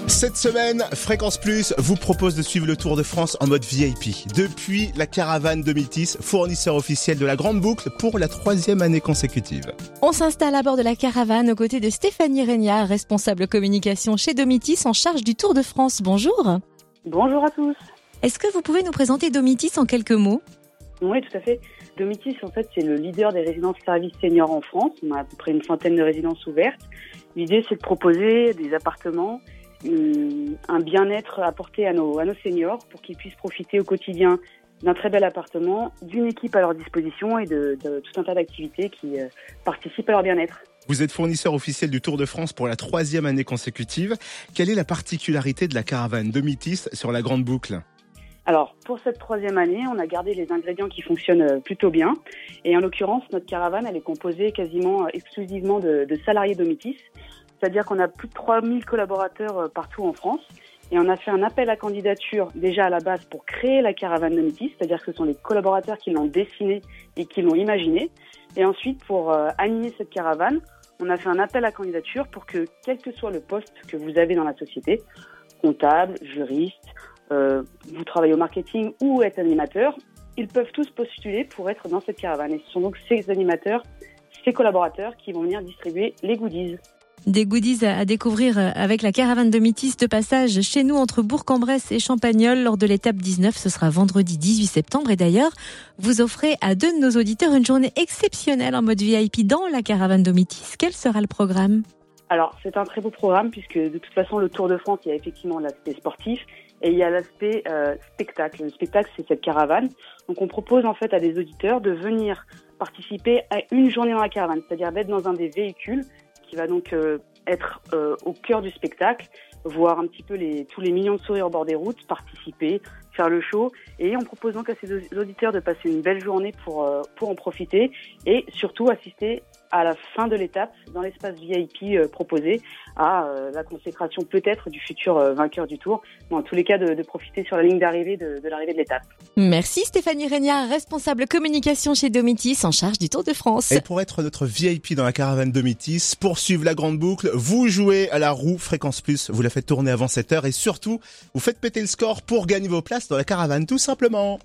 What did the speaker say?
Cette semaine, Fréquence Plus vous propose de suivre le Tour de France en mode VIP. Depuis la caravane Domitis, fournisseur officiel de la Grande Boucle pour la 3e année consécutive. On s'installe à bord de la caravane aux côtés de Stéphanie Régnard, responsable communication chez Domitis en charge du Tour de France. Bonjour. Bonjour à tous. Est-ce que vous pouvez nous présenter Domitis en quelques mots ? Oui, tout à fait. Domitis, en fait, c'est le leader des résidences services seniors en France. On a à peu près une centaine de résidences ouvertes. L'idée, c'est de proposer des appartements, un bien-être apporté à nos seniors pour qu'ils puissent profiter au quotidien d'un très bel appartement, d'une équipe à leur disposition et de tout un tas d'activités qui participent à leur bien-être. Vous êtes fournisseur officiel du Tour de France pour la 3e année consécutive. Quelle est la particularité de la caravane Domitis sur la Grande Boucle ? Alors, pour cette 3e année, on a gardé les ingrédients qui fonctionnent plutôt bien. Et en l'occurrence, notre caravane, elle est composée quasiment exclusivement de salariés Domitis. C'est-à-dire qu'on a plus de 3000 collaborateurs partout en France. Et on a fait un appel à candidature déjà à la base pour créer la caravane Domitis. C'est-à-dire que ce sont les collaborateurs qui l'ont dessinée et qui l'ont imaginée. Et ensuite, pour animer cette caravane, on a fait un appel à candidature pour que, quel que soit le poste que vous avez dans la société, comptable, juriste, vous travaillez au marketing ou êtes animateur, ils peuvent tous postuler pour être dans cette caravane. Et ce sont donc ces animateurs, ces collaborateurs qui vont venir distribuer les goodies. Des goodies à découvrir avec la caravane Domitis de passage chez nous entre Bourg-en-Bresse et Champagnole lors de l'étape 19. Ce sera vendredi 18 septembre. Et d'ailleurs, vous offrez à 2 de nos auditeurs une journée exceptionnelle en mode VIP dans la caravane Domitis. Quel sera le programme ? Alors, c'est un très beau programme puisque de toute façon, le Tour de France, il y a effectivement l'aspect sportif et il y a l'aspect spectacle. Le spectacle, c'est cette caravane. Donc, on propose en fait à des auditeurs de venir participer à une journée dans la caravane, c'est-à-dire d'être dans un des véhicules qui va donc être au cœur du spectacle, voir un petit peu tous les millions de sourires au bord des routes, participer, faire le show. Et on propose donc à ces auditeurs de passer une belle journée pour en profiter et surtout assister à la fin de l'étape, dans l'espace VIP proposé, à la consécration peut-être du futur vainqueur du Tour. Mais en tous les cas, de profiter sur la ligne d'arrivée de l'arrivée de l'étape. Merci Stéphanie Régnard, responsable communication chez Domitis en charge du Tour de France. Et pour être notre VIP dans la caravane Domitis, pour suivre la Grande Boucle, vous jouez à la roue Fréquence Plus. Vous la faites tourner avant 7h et surtout, vous faites péter le score pour gagner vos places dans la caravane tout simplement.